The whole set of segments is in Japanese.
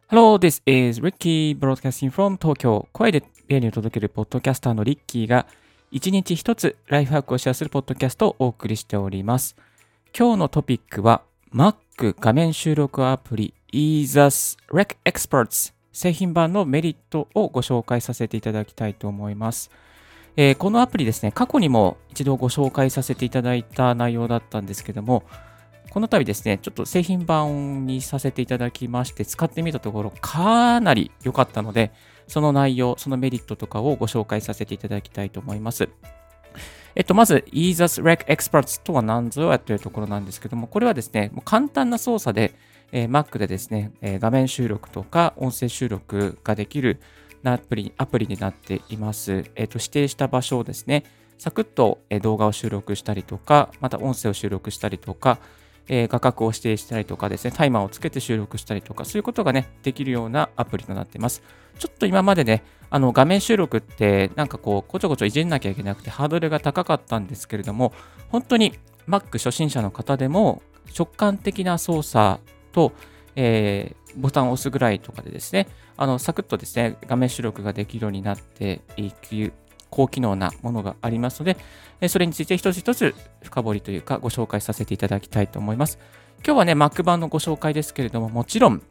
Hello, this is Ricky broadcasting from Tokyo. 声で例にを届けるポッドキャスターのリッキーが一日一つライフハックをシェアするポッドキャストをお送りしております。今日のトピックは Mac 画面収録アプリ Easus Rec Experts 製品版のメリットをご紹介させていただきたいと思います。このアプリですね、過去にも一度ご紹介させていただいた内容だったんですけども、この度ですね、ちょっと製品版にさせていただきまして、使ってみたところかなり良かったので、その内容、そのメリットとかをご紹介させていただきたいと思います。まず、Easus Rec Experts とは何ぞやというところなんですけども、これはですね、もう簡単な操作で、Mac でですね、画面収録とか音声収録ができるアプリになっています。指定した場所をですね、サクッと動画を収録したりとか、また音声を収録したりとか、画角を指定したりとかですね、タイマーをつけて収録したりとか、そういうことがね、できるようなアプリとなっています。ちょっと今までね、画面収録ってなんかこう、こちょこちょいじんなきゃいけなくてハードルが高かったんですけれども、本当に Mac 初心者の方でも直感的な操作と、ボタンを押すぐらいとかでですね、サクッとですね、画面収録ができるようになっていく高機能なものがありますので、それについて一つ一つ深掘りというかご紹介させていただきたいと思います。今日はね、Mac 版のご紹介ですけれども、もちろん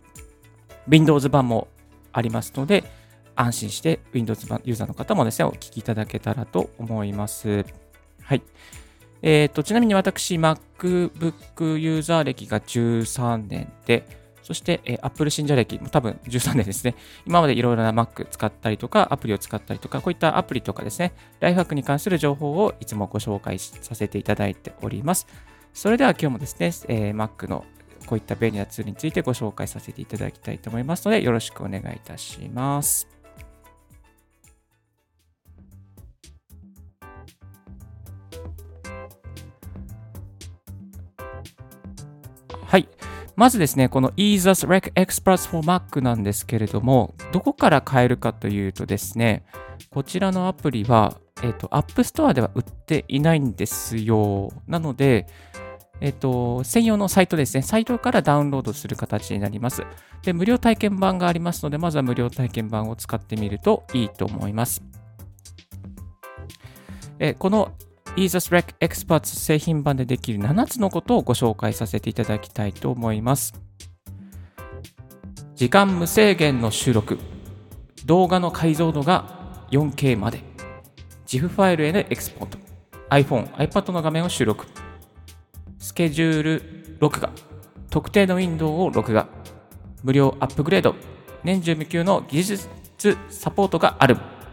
Windows 版もありますので、安心して Windows 版ユーザーの方もですね、お聞きいただけたらと思います。はい。ちなみに私、MacBook ユーザー歴が13年で、そして、Apple 信者歴も多分13年ですね。今までいろいろな Mac 使ったりとか、アプリを使ったりとか、こういったアプリとかですね、ライフハックに関する情報をいつもご紹介させていただいております。それでは今日もですね、Mac のこういった便利なツールについてご紹介させていただきたいと思いますので、よろしくお願いいたします。はい。まずですね、この Easus Rec Experts for Mac なんですけれども、どこから買えるかというとですね、こちらのアプリは、App Store では売っていないんですよ。なので、専用のサイトですね。サイトからダウンロードする形になります。で、無料体験版がありますので、まずは無料体験版を使ってみるといいと思います。このEasus Rec Experts 製品版でできる7つのことをご紹介させていただきたいと思います。時間無制限の収録、動画の解像度が 4K まで、GIF ファイルへのエクスポート、iPhone、iPad の画面を収録、スケジュール録画、特定のウィンドウを録画、無料アップグレード、年中無休の技術サポートがある。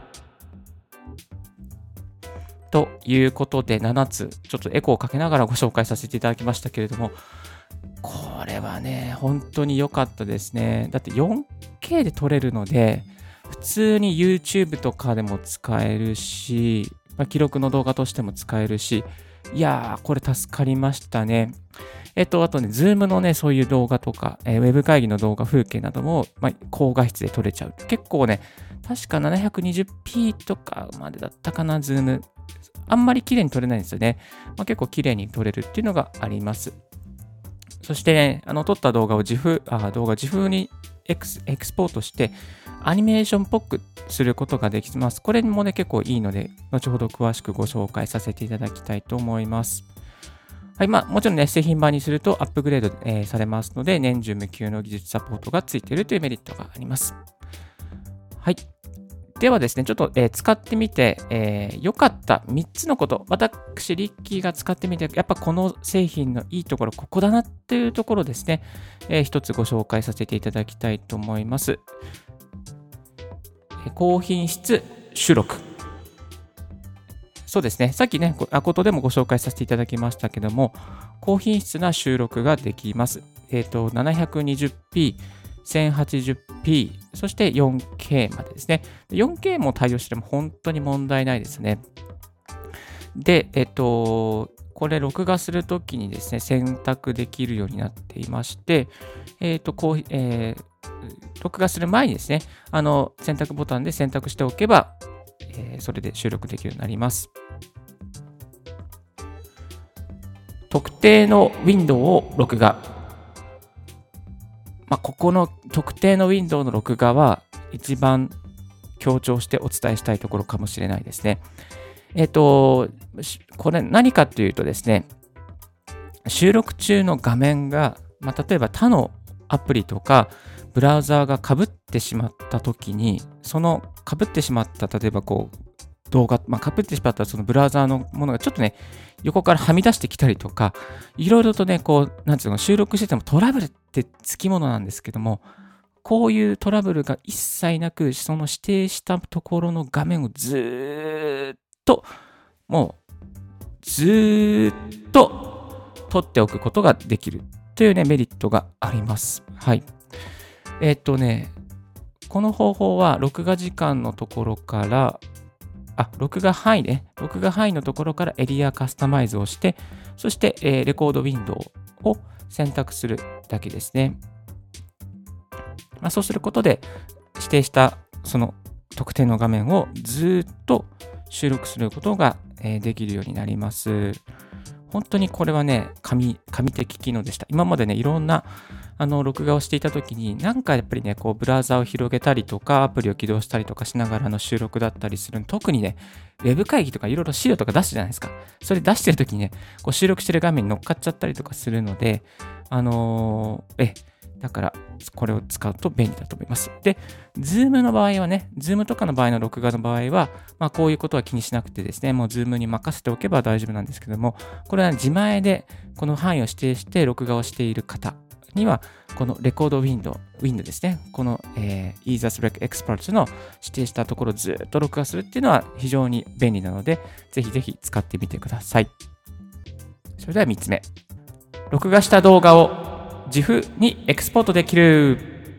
ということで7つ、ちょっとエコーをかけながらご紹介させていただきましたけれども、これはね、本当に良かったですね。だって 4K で撮れるので、普通に YouTube とかでも使えるし、記録の動画としても使えるし、いやー、これ助かりましたね。あとね、Zoom のね、そういう動画とか、ウェブ会議の動画、風景なども、高画質で撮れちゃう。結構ね、確か 720p とかまでだったかな、Zoom。あんまり綺麗に撮れないんですよね。結構綺麗に撮れるっていうのがあります。そしてね、撮った動画をGIF にエクスポートして、アニメーションっぽくすることができます。これもね、結構いいので、後ほど詳しくご紹介させていただきたいと思います。はい、もちろんね、製品版にするとアップグレード、されますので、年中無休の技術サポートがついているというメリットがあります。はい。ではですね、ちょっと、使ってみて、良かった3つのこと、私、リッキーが使ってみて、やっぱこの製品のいいところ、ここだなっていうところですね、一つご紹介させていただきたいと思います。高品質収録。そうですね、さっきね、ことでもご紹介させていただきましたけども、高品質な収録ができます。720p、1080p、そして 4K までですね。4K も対応しても本当に問題ないですね。で、これ録画するときにですね、選択できるようになっていまして、録画する前にですね、選択ボタンで選択しておけば、それで収録できるようになります。特定のウィンドウを録画。 ここの特定のウィンドウの録画は一番強調してお伝えしたいところかもしれないですね。これ何かというとですね、収録中の画面が、例えば他のアプリとかブラウザーが被ってしまったときに、その被ってしまった、例えば動画、被ってしまったそのブラウザーのものがちょっとね、横からはみ出してきたりとか、いろいろとね、なんていうの、収録しててもトラブルってつきものなんですけども、こういうトラブルが一切なく、その指定したところの画面をずーっと撮っておくことができるというね、メリットがあります。はい。この方法は録画時間のところから、録画範囲のところからエリアカスタマイズをして、そして、レコードウィンドウを選択するだけですね。そうすることで、指定したその特定の画面をずっと収録することができるようになります。本当にこれはね、神的機能でした。今までね、いろんな録画をしていたときに、なんかやっぱりね、ブラウザを広げたりとか、アプリを起動したりとかしながらの収録だったりする。特にね、ウェブ会議とかいろいろ資料とか出すじゃないですか。それ出してるときにね、収録してる画面に乗っかっちゃったりとかするので、だから、これを使うと便利だと思います。で、Zoom の場合はね、Zoom とかの場合の録画の場合は、こういうことは気にしなくてですね、もう Zoom に任せておけば大丈夫なんですけども、これは自前でこの範囲を指定して録画をしている方には、このレコードウィンドウですね、この、EaserSelect Experts の指定したところをずっと録画するっていうのは非常に便利なので、ぜひぜひ使ってみてください。それでは3つ目。録画した動画をGIF にエクスポートできる。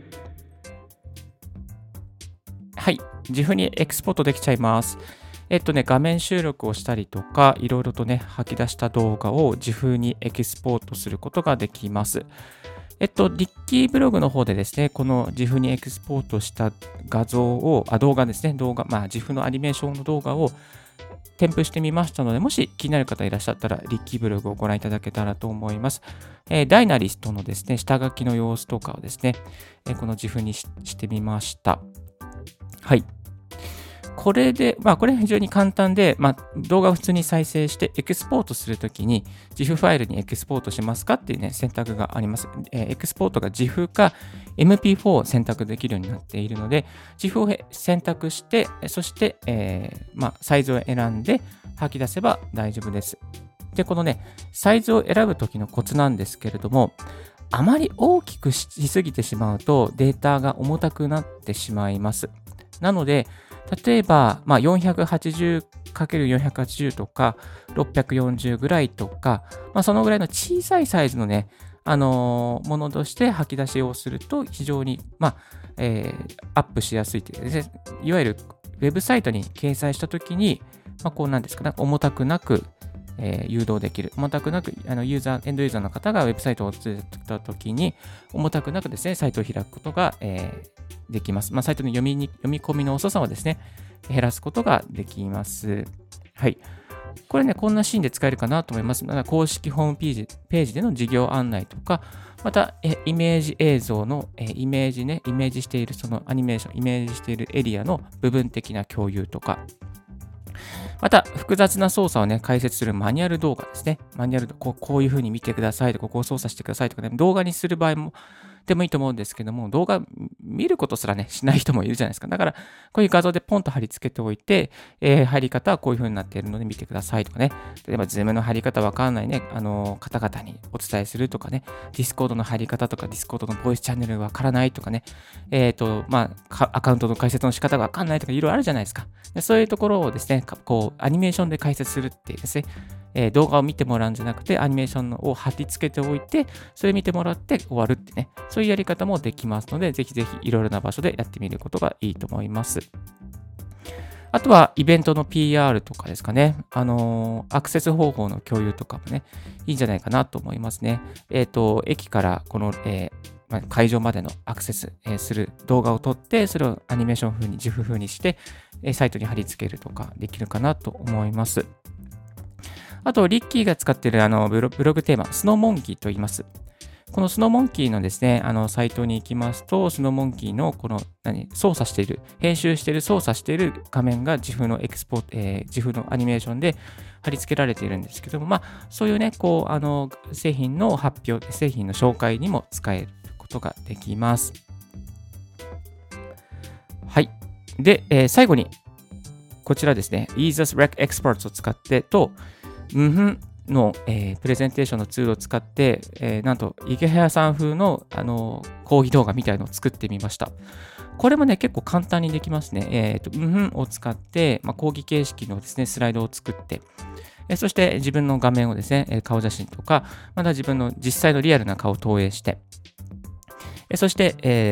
はい。GIF にエクスポートできちゃいます。画面収録をしたりとか、いろいろとね、吐き出した動画をGIFにエクスポートすることができます。リッキーブログの方でですね、このGIFにエクスポートした動画ですね、GIF のアニメーションの動画を添付してみましたので、もし気になる方いらっしゃったら、リッキーブログをご覧いただけたらと思います。ダイナリストのですね、下書きの様子とかをですね、このGIFにしてみました。はい。これで、これは非常に簡単で、動画を普通に再生してエクスポートするときに GIF ファイルにエクスポートしますかっていうね、選択があります。エクスポートが GIF か MP4 を選択できるようになっているので、GIF を選択して、そして、サイズを選んで吐き出せば大丈夫です。で、このね、サイズを選ぶときのコツなんですけれども、あまり大きくしすぎてしまうとデータが重たくなってしまいます。なので、例えば、480×480 とか、640ぐらいとか、そのぐらいの小さいサイズのね、ものとして吐き出しをすると、非常に、アップしやすいというですね、いわゆるウェブサイトに掲載したときに、なんですかね、重たくなく、誘導できる。重たくなく、エンドユーザーの方がウェブサイトを作ったときに、重たくなくですね、サイトを開くことが、できます。サイトの読み込みの遅さをですね、減らすことができます。はい。これね、こんなシーンで使えるかなと思います。公式ホームページでの事業案内とか、また、イメージ映像の、イメージしているそのアニメーション、イメージしているエリアの部分的な共有とか、また、複雑な操作をね、解説するマニュアル動画ですね。マニュアル、こういう風に見てくださいとか、ここを操作してくださいとかね、動画にする場合も、でもいいと思うんですけども、動画見ることすらね、しない人もいるじゃないですか。だから、こういう画像でポンと貼り付けておいて、貼り方はこういう風になっているので見てくださいとかね。例えば、ズームの貼り方わかんないね、方々にお伝えするとかね、Discord の貼り方とか、Discord のボイスチャンネルわからないとかね、アカウントの解説の仕方がわかんないとか、いろいろあるじゃないですか。でそういうところをですね、アニメーションで解説するっていうですね、動画を見てもらうんじゃなくて、アニメーションを貼り付けておいて、それ見てもらって終わるってね、そういうやり方もできますので、ぜひぜひいろいろな場所でやってみることがいいと思います。あとは、イベントの PR とかですかね、アクセス方法の共有とかもね、いいんじゃないかなと思いますね。駅からこの、会場までのアクセスする動画を撮って、それをアニメーション風に、GIF 風にして、サイトに貼り付けるとかできるかなと思います。あと、リッキーが使っているブログテーマ、スノーモンキーと言います。 このスノーモンキーのですね、サイトに行きますと、スノーモンキーのこの、操作している、編集している、操作している画面が自負の自負のアニメーションで貼り付けられているんですけども、そういうね、製品の発表、製品の紹介にも使えることができます。はい。で、最後に、こちらですね、EaseUs Rec Experts を使ってと、の、プレゼンテーションのツールを使って、なんと、池早さん風の、講義動画みたいのを作ってみました。これもね、結構簡単にできますね。を使って、講義形式のですね、スライドを作って、そして自分の画面をですね、顔写真とか、また自分の実際のリアルな顔を投影して、そして、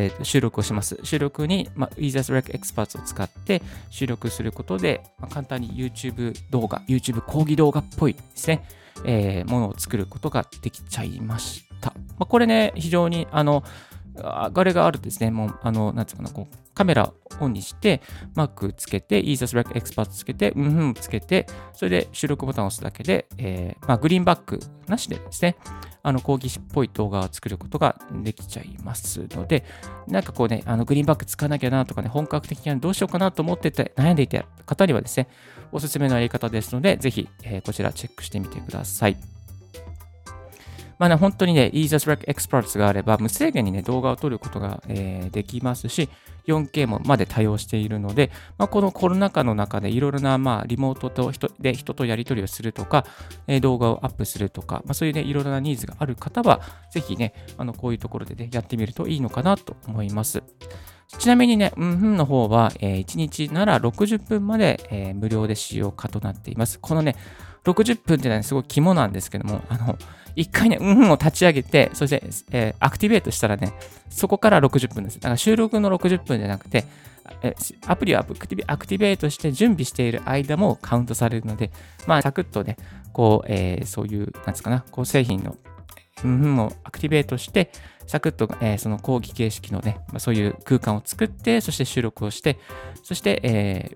収録をします。収録に、EaseUs Rec Experts を使って収録することで、簡単に YouTube 講義動画っぽいですね、ものを作ることができちゃいました。これね、非常に、あれがあるとですね、もう、なんつうかな、カメラをオンにして、Mac つけて、EaseUs Rec Experts つけて、つけて、それで収録ボタンを押すだけで、グリーンバックなしでですね、講義っぽい動画を作ることができちゃいますので、なんかこうね、グリーンバック使わなきゃなとかね、本格的にどうしようかなと思ってて、悩んでいた方にはですね、おすすめのやり方ですので、ぜひ、こちらチェックしてみてください。本当にね、EaseUs Rec Experts があれば、無制限にね、動画を撮ることが、できますし、4K まで対応しているので、このコロナ禍の中でいろいろな、リモートと人とやり取りをするとか、動画をアップするとか、そういうね、いろいろなニーズがある方は、ぜひね、こういうところでね、やってみるといいのかなと思います。ちなみにね、の方は、1日なら60分まで、無料で使用可となっています。このね、60分ってのは、すごい肝なんですけども、一回ね、を立ち上げて、そして、アクティベートしたらね、そこから60分です。だから収録の60分じゃなくて、アプリをアクティベートして準備している間もカウントされるので、サクッとね、そういう、なんつうかな、製品の、をアクティベートして、サクッと、その講義形式のね、そういう空間を作って、そして収録をして、そして、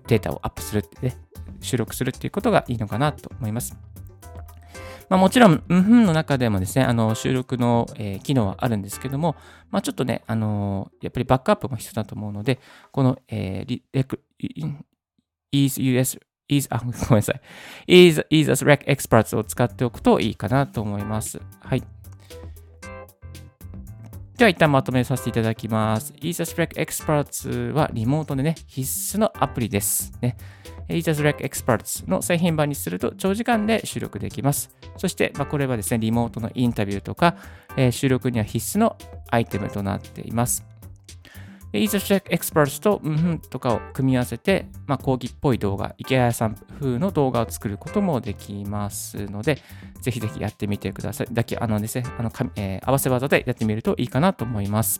データをアップするってね、収録するっていうことがいいのかなと思います。もちろん、の中でもですね、収録の、機能はあるんですけども、ちょっとね、やっぱりバックアップも必要だと思うので、この、ごめんなさい。EaseUs Rec Experts を使っておくといいかなと思います。はい。では一旦まとめさせていただきます。EaseUs Rec Experts はリモートでね、必須のアプリですね。EaseUs Rec Experts の製品版にすると長時間で収録できます。そして、これはですね、リモートのインタビューとか、収録には必須のアイテムとなっています。EaseUs Rec Experts ととかを組み合わせて、講義っぽい動画、池谷さん風の動画を作ることもできますので、ぜひぜひやってみてください。ですね、合わせ技でやってみるといいかなと思います。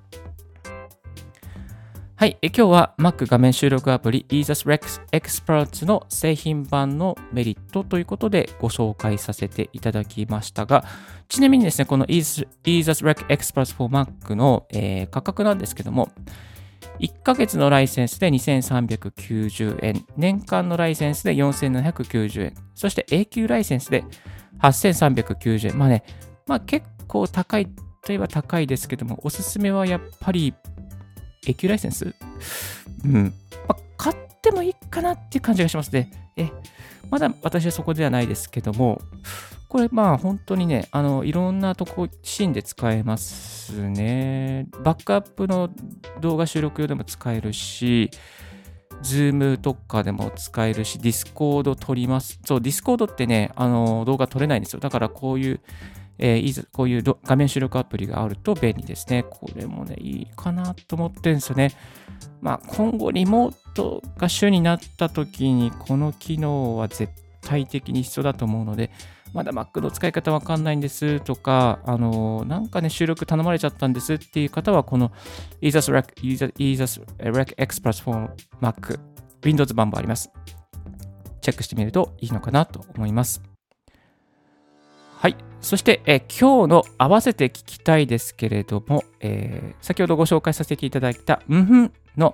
はい、今日は Mac 画面収録アプリ EaseUs Rec Experts の製品版のメリットということでご紹介させていただきましたが、ちなみにですね、この EaseUs Rec Experts for Mac の、価格なんですけども、1ヶ月のライセンスで2390円、年間のライセンスで4790円、そして永久ライセンスで8390円。結構高いといえば高いですけども、おすすめはやっぱり永久ライセンス買ってもいいかなっていう感じがしますね。まだ私はそこではないですけども、これ本当にね、いろんなシーンで使えますね。バックアップの動画収録用でも使えるし、Zoom とかでも使えるし、Discord 撮ります。そう、Discord ってね、動画撮れないんですよ。だからこういう、こういう画面収録アプリがあると便利ですね。これもね、いいかなと思ってるんですよね。今後リモートが主になった時に、この機能は絶対的に必要だと思うので、まだ Mac の使い方わかんないんですとか、なんかね、収録頼まれちゃったんですっていう方は、この EaseUs Rec Experts for Mac Windows 版もあります。チェックしてみるといいのかなと思います。はい。そして、今日の合わせて聞きたいですけれども、先ほどご紹介させていただいたの、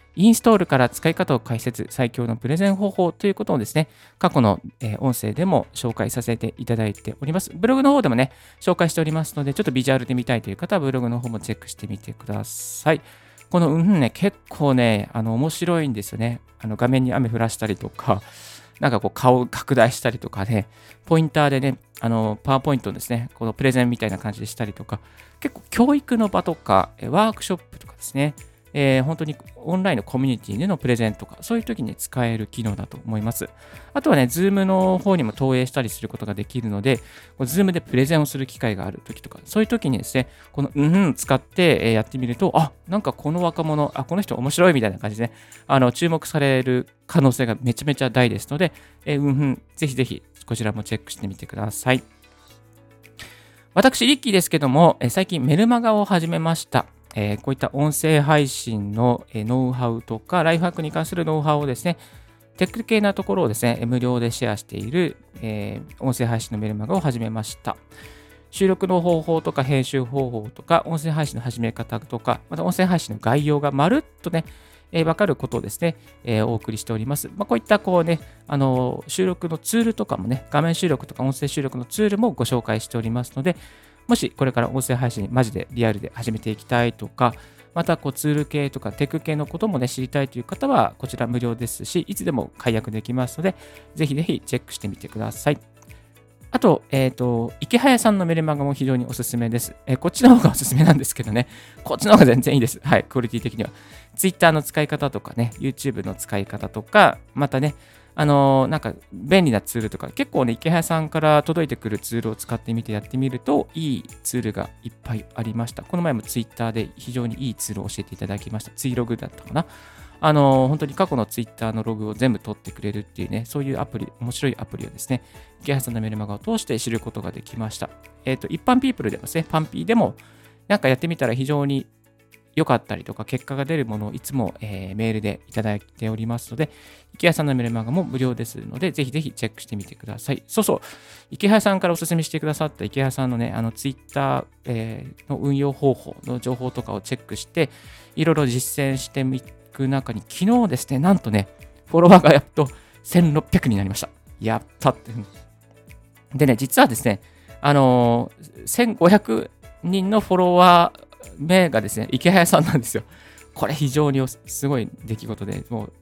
インストールから使い方を解説、最強のプレゼン方法ということをですね、過去の音声でも紹介させていただいております。ブログの方でもね、紹介しておりますので、ちょっとビジュアルで見たいという方はブログの方もチェックしてみてください。このね、結構ね、面白いんですよね。画面に雨降らしたりとか、なんかこう顔を拡大したりとかね、ポインターでね、パワーポイントをですね、このプレゼンみたいな感じでしたりとか、結構教育の場とか、ワークショップとかですね、本当にオンラインのコミュニティでのプレゼンとか、そういう時に使える機能だと思います。あとはね、Zoom の方にも投影したりすることができるので、Zoom でプレゼンをする機会がある時とか、そういう時にですね、この使ってやってみると、なんかこの若者、この人面白いみたいな感じでね、注目される可能性がめちゃめちゃ大ですので、ぜひぜひこちらもチェックしてみてください。私、リッキーですけども、最近メルマガを始めました。こういった音声配信のノウハウとか、ライフハックに関するノウハウをですね、テック系なところをですね、無料でシェアしている、音声配信のメルマガを始めました。収録の方法とか、編集方法とか、音声配信の始め方とか、また音声配信の概要がまるっとね、わかることをですね、お送りしております。こういったこうね、収録のツールとかもね、画面収録とか音声収録のツールもご紹介しておりますので、もしこれから音声配信マジでリアルで始めていきたいとか、またこうツール系とかテック系のこともね、知りたいという方は、こちら無料ですし、いつでも解約できますので、ぜひぜひチェックしてみてください。あと、池早さんのメルマガも非常におすすめです。こっちの方がおすすめなんですけどね。こっちの方が全然いいです。はい、クオリティ的には。Twitter の使い方とかね、YouTube の使い方とか、またね、なんか便利なツールとか、結構ね、池早さんから届いてくるツールを使ってみてやってみると、いいツールがいっぱいありました。この前も Twitter で非常にいいツールを教えていただきました。ツイログだったかな。本当に過去の Twitter のログを全部取ってくれるっていうね、そういうアプリ、面白いアプリをですね、池原さんのメルマガを通して知ることができました。一般ピープルでもですね、パンピーでも、なんかやってみたら非常に良かったりとか、結果が出るものをいつも、メールでいただいておりますので、池原さんのメルマガも無料ですので、ぜひぜひチェックしてみてください。そうそう、池原さんからお勧めしてくださった池原さんのね、Twitter、の運用方法の情報とかをチェックして、いろいろ実践してみて、中に昨日ですね、なんとね、フォロワーがやっと1600人になりました。やったって。でね、実はですね、1500人のフォロワー目がですね、池早さんなんですよ。これ非常にすごい出来事で、もう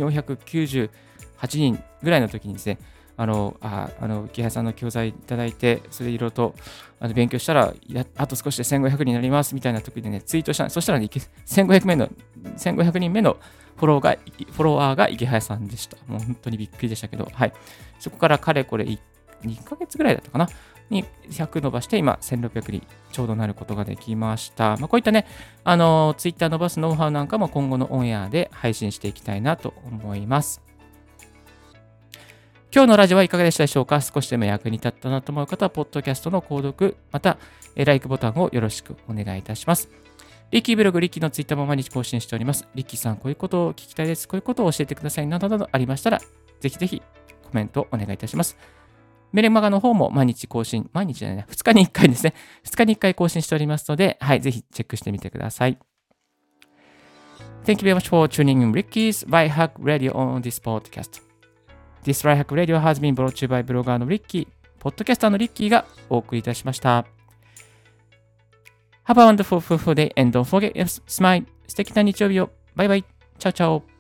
1498人ぐらいの時にですね、池早さんの教材いただいて、それでいろいろと勉強したら、あと少しで1500人になりますみたいな時でね、ツイートしたそしたら、ね、1500人目のフォロワーが池早さんでした。もう本当にびっくりでしたけど、はい。そこからかれこれ2ヶ月ぐらいだったかなに100伸ばして、今1600にちょうどなることができました。こういったね、ツイッター伸ばすノウハウなんかも今後のオンエアで配信していきたいなと思います。今日のラジオはいかがでしたでしょうか？少しでも役に立ったなと思う方は、ポッドキャストの購読、また、LIKE ボタンをよろしくお願いいたします。リッキーブログ、リッキーのツイッターも毎日更新しております。リッキーさん、こういうことを聞きたいです。こういうことを教えてください。などなどありましたら、ぜひぜひコメントお願いいたします。メルマガの方も毎日更新、毎日じゃないな、2日に1回ですね。2日に1回更新しておりますので、はい、ぜひチェックしてみてください。Thank you very much for tuning in Ricky's Right Hack Radio on this podcast.This Right Hack Radio has been brought to you by ブロガーのリッキー、ポッドキャスターのリッキーがお送りいたしました。Have a wonderful day and don't forget to smile. 素敵な日曜日を。バイバイ。チャオチャオ。